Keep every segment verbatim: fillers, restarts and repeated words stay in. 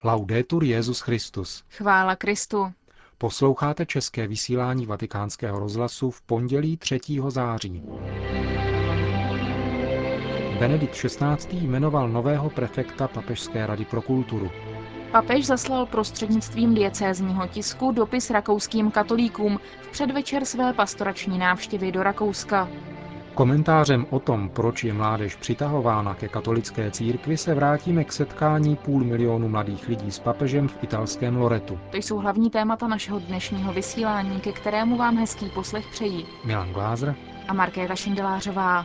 Laudetur Jesus Christus. Chvála Kristu. Posloucháte české vysílání Vatikánského rozhlasu v pondělí třetího září. Benedikt šestnáctý jmenoval nového prefekta Papežské rady pro kulturu. Papež zaslal prostřednictvím diecézního tisku dopis rakouským katolíkům v předvečer své pastorační návštěvy do Rakouska. Komentářem o tom, proč je mládež přitahována ke katolické církvi, se vrátíme k setkání půl milionu mladých lidí s papežem v italském Loretu. To jsou hlavní témata našeho dnešního vysílání, ke kterému vám hezký poslech přejí Milan Glázer a Markéta Šindelářová.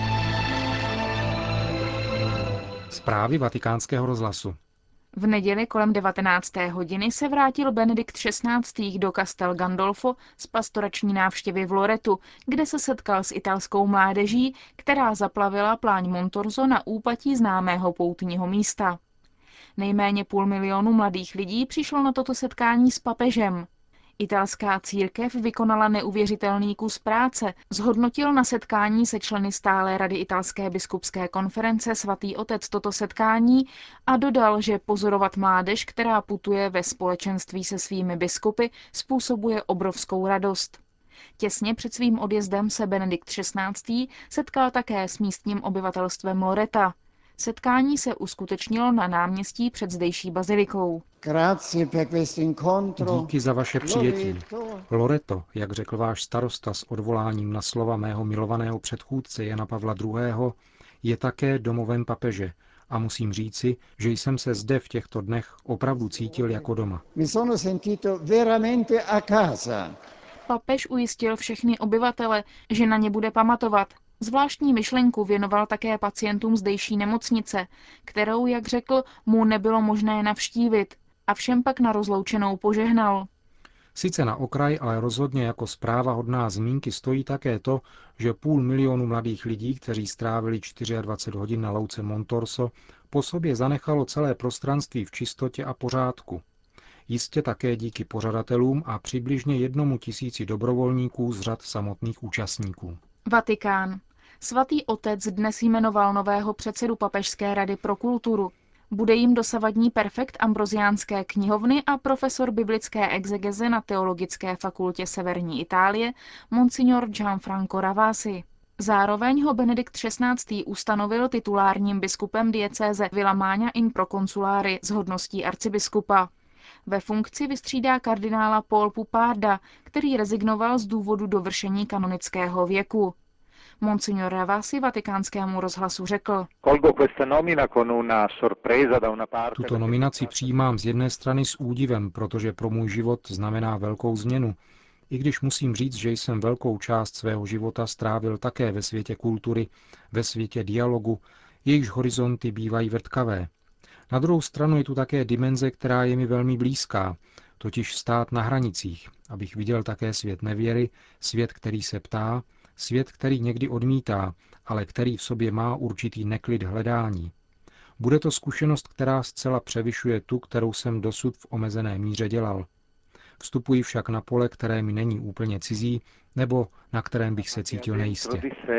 Zprávy Vatikánského rozhlasu. V neděli kolem devatenácté hodiny se vrátil Benedikt šestnáctý do Castel Gandolfo z pastorační návštěvy v Loretu, kde se setkal s italskou mládeží, která zaplavila pláň Montorzo na úpatí známého poutního místa. Nejméně půl milionu mladých lidí přišlo na toto setkání s papežem. Italská církev vykonala neuvěřitelný kus práce, zhodnotil na setkání se členy stálé rady Italské biskupské konference svatý otec toto setkání a dodal, že pozorovat mládež, která putuje ve společenství se svými biskupy, způsobuje obrovskou radost. Těsně před svým odjezdem se Benedikt šestnáctý setkal také s místním obyvatelstvem Loreta. Setkání se uskutečnilo na náměstí před zdejší bazilikou. Díky za vaše přijetí. Loreto, jak řekl váš starosta s odvoláním na slova mého milovaného předchůdce Jana Pavla druhého., je také domovem papeže a musím říci, že jsem se zde v těchto dnech opravdu cítil jako doma. Papež ujistil všechny obyvatele, že na ně bude pamatovat. Zvláštní myšlenku věnoval také pacientům zdejší nemocnice, kterou, jak řekl, mu nebylo možné navštívit, a všem pak na rozloučenou požehnal. Sice na okraj, ale rozhodně jako zpráva hodná zmínky stojí také to, že půl milionu mladých lidí, kteří strávili dvacet čtyři hodin na louce Montorso, po sobě zanechalo celé prostranství v čistotě a pořádku. Jistě také díky pořadatelům a přibližně jednomu tisíci dobrovolníků z řad samotných účastníků. Vatikán. Svatý otec dnes jmenoval nového předsedu Papežské rady pro kulturu. Bude jim dosavadní prefekt Ambroziánské knihovny a profesor biblické exegeze na Teologické fakultě Severní Itálie, monsignor Gianfranco Ravasi. Zároveň ho Benedikt šestnáctý ustanovil titulárním biskupem diecéze Villamáňa in proconsulari s hodností arcibiskupa. Ve funkci vystřídá kardinála Paul Puparda, který rezignoval z důvodu dovršení kanonického věku. Monsignor Ravasi Vatikánskému rozhlasu řekl: Tuto nominaci přijímám z jedné strany s údivem, protože pro můj život znamená velkou změnu, i když musím říct, že jsem velkou část svého života strávil také ve světě kultury, ve světě dialogu, jejichž horizonty bývají vrtkavé. Na druhou stranu je tu také dimenze, která je mi velmi blízká, totiž stát na hranicích, abych viděl také svět nevěry, svět, který se ptá, svět, který někdy odmítá, ale který v sobě má určitý neklid hledání. Bude to zkušenost, která zcela převyšuje tu, kterou jsem dosud v omezené míře dělal. Vstupuji však na pole, které mi není úplně cizí, nebo na kterém bych se cítil nejistě.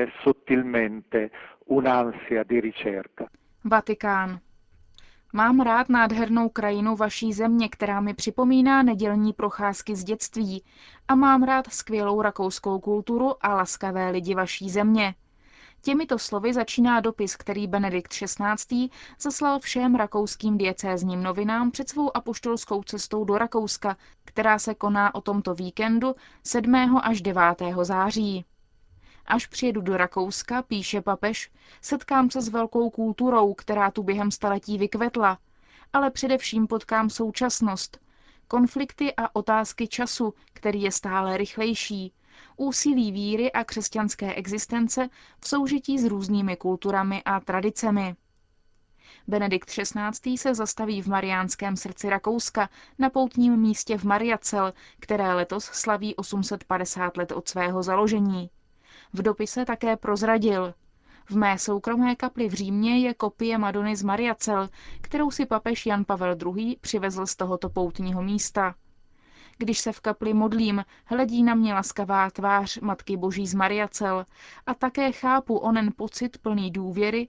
Vatikán. Mám rád nádhernou krajinu vaší země, která mi připomíná nedělní procházky z dětství, a mám rád skvělou rakouskou kulturu a laskavé lidi vaší země. Těmito slovy začíná dopis, který Benedikt šestnáctý zaslal všem rakouským diecézním novinám před svou apoštolskou cestou do Rakouska, která se koná o tomto víkendu sedmého až devátého září. Až přijedu do Rakouska, píše papež, setkám se s velkou kulturou, která tu během staletí vykvetla, ale především potkám současnost, konflikty a otázky času, který je stále rychlejší, úsilí víry a křesťanské existence v soužití s různými kulturami a tradicemi. Benedikt šestnáctý se zastaví v Mariánském srdci Rakouska na poutním místě v Mariacel, které letos slaví osm set padesát let od svého založení. V dopise také prozradil: v mé soukromé kapli v Římě je kopie Madony z Mariacel, kterou si papež Jan Pavel druhý. Přivezl z tohoto poutního místa. Když se v kapli modlím, hledí na mě laskavá tvář Matky Boží z Mariacel a také chápu onen pocit plný důvěry,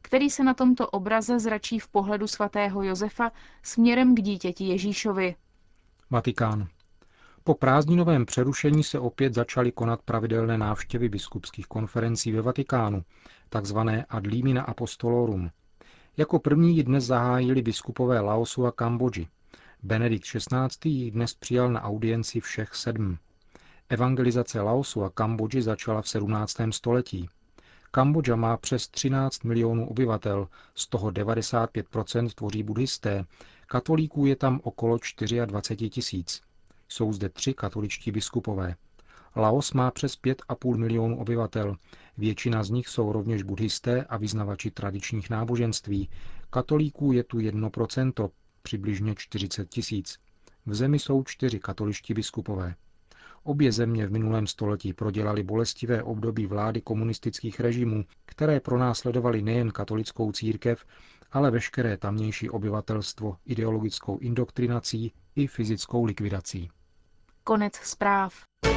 který se na tomto obraze zračí v pohledu svatého Josefa směrem k dítěti Ježíšovi. Vatikán. Po prázdninovém přerušení se opět začaly konat pravidelné návštěvy biskupských konferencí ve Vatikánu, takzvané ad limina apostolorum. Jako první ji dnes zahájili biskupové Laosu a Kambodži. Benedikt šestnáctý ji dnes přijal na audienci všech sedm. Evangelizace Laosu a Kambodži začala v sedmnáctém století. Kambodža má přes třináct milionů obyvatel, z toho devadesát pět procent tvoří buddhisté, katolíků je tam okolo dvacet čtyři tisíc. Jsou zde tři katoličtí biskupové. Laos má přes pět a půl milionu obyvatel, většina z nich jsou rovněž buddhisté a vyznavači tradičních náboženství. Katolíků je tu jedno procento, přibližně čtyřicet tisíc. V zemi jsou čtyři katoličtí biskupové. Obě země v minulém století prodělaly bolestivé období vlády komunistických režimů, které pronásledovaly nejen katolickou církev, ale veškeré tamnější obyvatelstvo ideologickou indoktrinací i fyzickou likvidací. Konec zpráv.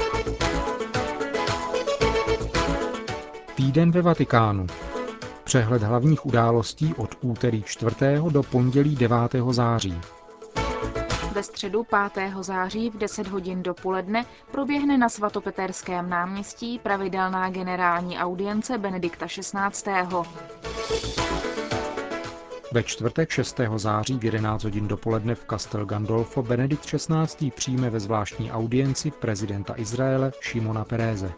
Týden ve Vatikánu. Přehled hlavních událostí od úterý čtvrtého do pondělí devátého září. Ve středu pátého září v deset hodin dopoledne proběhne na svatopeterském náměstí pravidelná generální audience Benedikta šestnáctého. Ve čtvrtek šestého září v jedenáct hodin dopoledne v Castel Gandolfo Benedikt šestnáctý přijme ve zvláštní audienci prezidenta Izraele Šimona Peréze.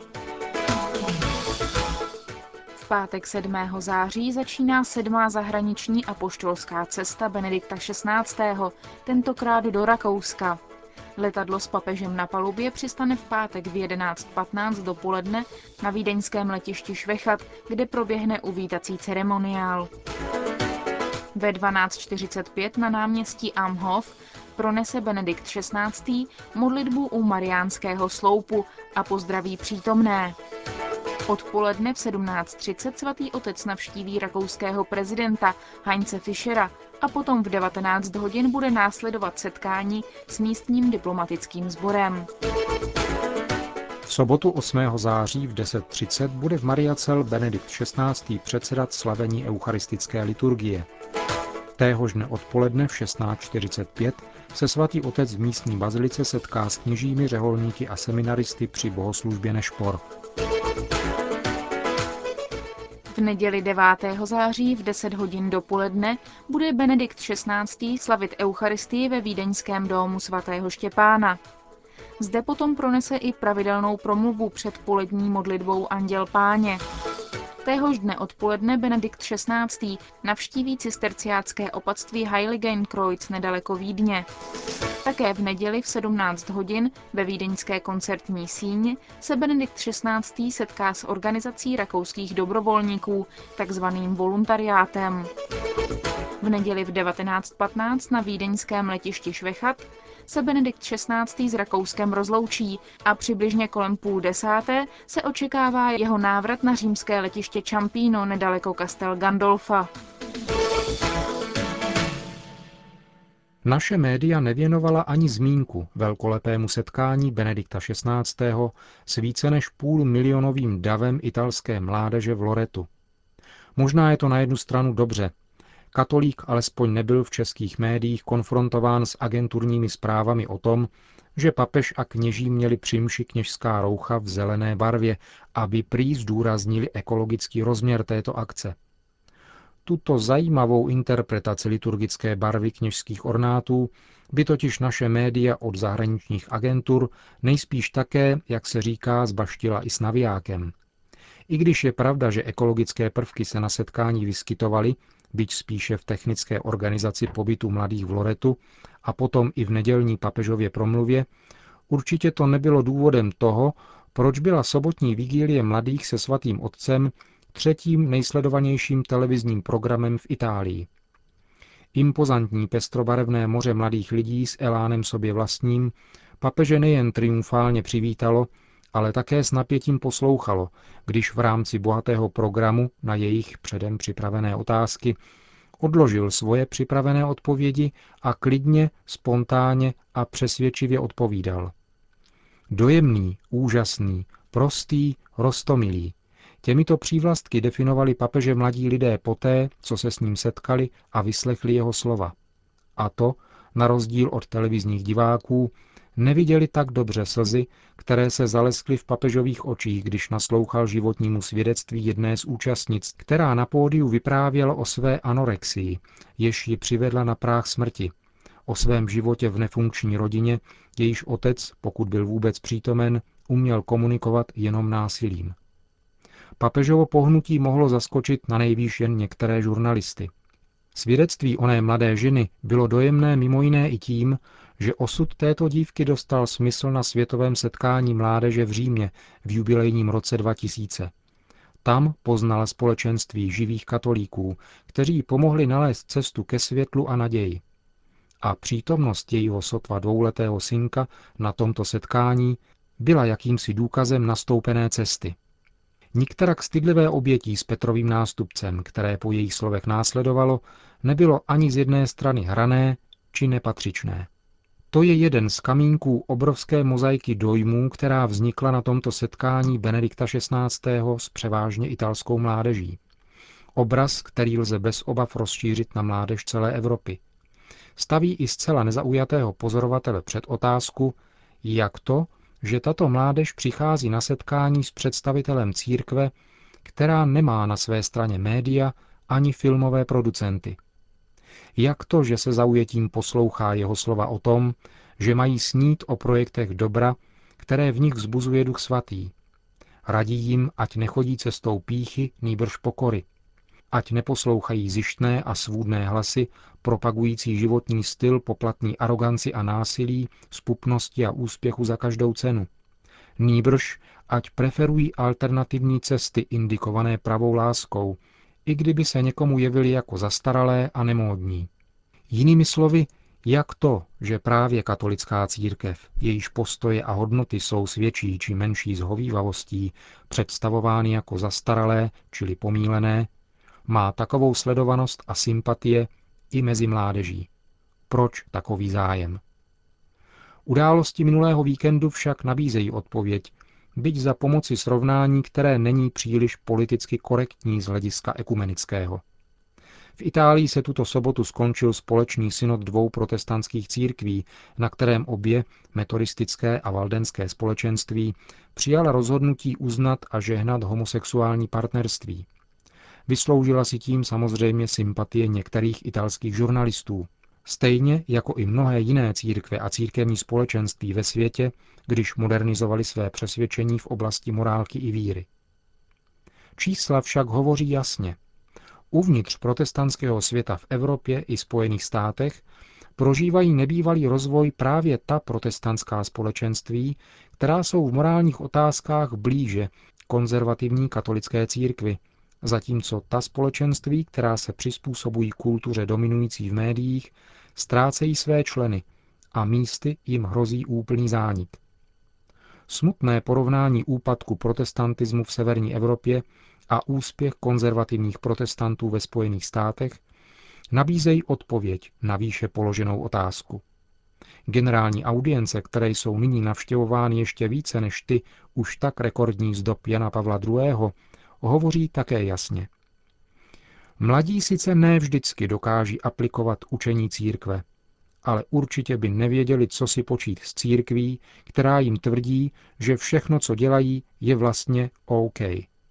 V pátek sedmého září začíná sedmá zahraniční apoštolská cesta Benedikta šestnáctého, tentokrát do Rakouska. Letadlo s papežem na palubě přistane v pátek v jedenáct patnáct dopoledne na vídeňském letišti Švechat, kde proběhne uvítací ceremoniál. Ve dvanáct čtyřicet pět na náměstí Amhof pronese Benedikt šestnáctý modlitbu u Mariánského sloupu a pozdraví přítomné. Odpoledne v sedmnáct třicet svatý otec navštíví rakouského prezidenta Heinze Fischera a potom v devatenáct hodin bude následovat setkání s místním diplomatickým sborem. V sobotu osmého září v deset třicet bude v Mariacel Benedikt šestnáctý předsedat slavení eucharistické liturgie. Téhož dne odpoledne v šestnáct čtyřicet pět se svatý otec v místní bazilice setká s kněžími, řeholníky a seminaristy při bohoslužbě Nešpor. V neděli devátého září v deset hodin dopoledne bude Benedikt šestnáctý slavit eucharistii ve vídeňském domu svatého Štěpána. Zde potom pronese i pravidelnou promluvu před polední modlitbou Anděl Páně. Téhož dne odpoledne Benedikt šestnáctý navštíví cisterciácké opatství Heiligenkreuz nedaleko Vídně. Také v neděli v sedmnáct hodin ve vídeňské koncertní síni se Benedikt šestnáctý setká s organizací rakouských dobrovolníků, takzvaným voluntariátem. V neděli v devatenáct patnáct na vídeňském letišti Švechat se Benedikt šestnáctý s Rakouskem rozloučí a přibližně kolem půl desáté se očekává jeho návrat na římské letiště Ciampino nedaleko Castel Gandolfa. Naše média nevěnovala ani zmínku velkolepému setkání Benedikta šestnáctého s více než půl milionovým davem italské mládeže v Loretu. Možná je to na jednu stranu dobře. Katolík alespoň nebyl v českých médiích konfrontován s agenturními zprávami o tom, že papež a kněží měli při mši kněžská roucha v zelené barvě, aby prý zdůraznili ekologický rozměr této akce. Tuto zajímavou interpretaci liturgické barvy kněžských ornátů by totiž naše média od zahraničních agentur nejspíš také, jak se říká, zbaštila i s navijákem. I když je pravda, že ekologické prvky se na setkání vyskytovaly, byť spíše v technické organizaci pobytu mladých v Loretu a potom i v nedělní papežově promluvě, určitě to nebylo důvodem toho, proč byla sobotní vigílie mladých se svatým otcem třetím nejsledovanějším televizním programem v Itálii. Impozantní pestrobarevné moře mladých lidí s elánem sobě vlastním papeže nejen triumfálně přivítalo, ale také s napětím poslouchalo, když v rámci bohatého programu na jejich předem připravené otázky odložil svoje připravené odpovědi a klidně, spontánně a přesvědčivě odpovídal. Dojemný, úžasný, prostý, roztomilý. Těmito přívlastky definovali papeže mladí lidé poté, co se s ním setkali a vyslechli jeho slova. A to, na rozdíl od televizních diváků, neviděli tak dobře slzy, které se zaleskly v papežových očích, když naslouchal životnímu svědectví jedné z účastnic, která na pódiu vyprávěla o své anorexii, jež ji přivedla na práh smrti, o svém životě v nefunkční rodině, jejíž otec, pokud byl vůbec přítomen, uměl komunikovat jenom násilím. Papežovo pohnutí mohlo zaskočit na nejvýš jen některé žurnalisty. Svědectví oné mladé ženy bylo dojemné mimo jiné i tím, že osud této dívky dostal smysl na světovém setkání mládeže v Římě v jubilejním roce dva tisíce. Tam poznala společenství živých katolíků, kteří pomohli nalézt cestu ke světlu a naději. A přítomnost jejího sotva dvouletého synka na tomto setkání byla jakýmsi důkazem nastoupené cesty. Nikterak stydlivé obětí s Petrovým nástupcem, které po jejich slovech následovalo, nebylo ani z jedné strany hrané či nepatřičné. To je jeden z kamínků obrovské mozaiky dojmů, která vznikla na tomto setkání Benedikta šestnáctého s převážně italskou mládeží. Obraz, který lze bez obav rozšířit na mládež celé Evropy. Staví i zcela nezaujatého pozorovatele před otázku, jak to, že tato mládež přichází na setkání s představitelem církve, která nemá na své straně média ani filmové producenty. Jak to, že se zaujetím poslouchá jeho slova o tom, že mají snít o projektech dobra, které v nich vzbuzuje Duch Svatý. Radí jim, ať nechodí cestou pýchy, nýbrž pokory. Ať neposlouchají zištné a svůdné hlasy, propagující životní styl poplatný aroganci a násilí, zpupnosti a úspěchu za každou cenu. Nýbrž, ať preferují alternativní cesty indikované pravou láskou, i kdyby se někomu jevily jako zastaralé a nemódní. Jinými slovy, jak to, že právě katolická církev, jejíž postoje a hodnoty jsou s větší či menší zhovívavostí představovány jako zastaralé, čili pomílené, má takovou sledovanost a sympatie i mezi mládeží. Proč takový zájem? Události minulého víkendu však nabízejí odpověď, byť za pomoci srovnání, které není příliš politicky korektní z hlediska ekumenického. V Itálii se tuto sobotu skončil společný synod dvou protestantských církví, na kterém obě, metodistické a valdenské společenství, přijala rozhodnutí uznat a žehnat homosexuální partnerství. Vysloužila si tím samozřejmě sympatie některých italských žurnalistů, stejně jako i mnohé jiné církve a církevní společenství ve světě, když modernizovali své přesvědčení v oblasti morálky i víry. Čísla však hovoří jasně. Uvnitř protestantského světa v Evropě i Spojených státech prožívají nebývalý rozvoj právě ta protestantská společenství, která jsou v morálních otázkách blíže konzervativní katolické církvi, zatímco ta společenství, která se přizpůsobují kultuře dominující v médiích, ztrácejí své členy a místy jim hrozí úplný zánik. Smutné porovnání úpadku protestantismu v severní Evropě a úspěch konzervativních protestantů ve Spojených státech nabízejí odpověď na výše položenou otázku. Generální audience, které jsou nyní navštěvovány ještě více než ty už tak rekordní z dob Jana Pavla druhého., hovoří také jasně. Mladí sice ne vždycky dokáží aplikovat učení církve, ale určitě by nevěděli, co si počít s církví, která jim tvrdí, že všechno, co dělají, je vlastně OK.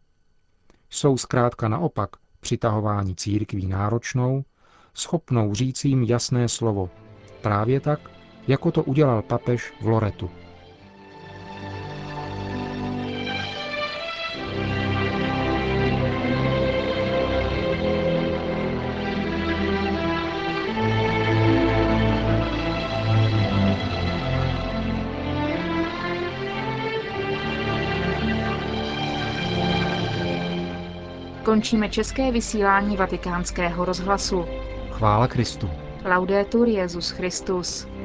Jsou zkrátka naopak přitahování církví náročnou, schopnou říct jim jasné slovo, právě tak, jako to udělal papež v Loretu. Končíme české vysílání Vatikánského rozhlasu. Chvála Kristu. Laudetur Jesus Christus.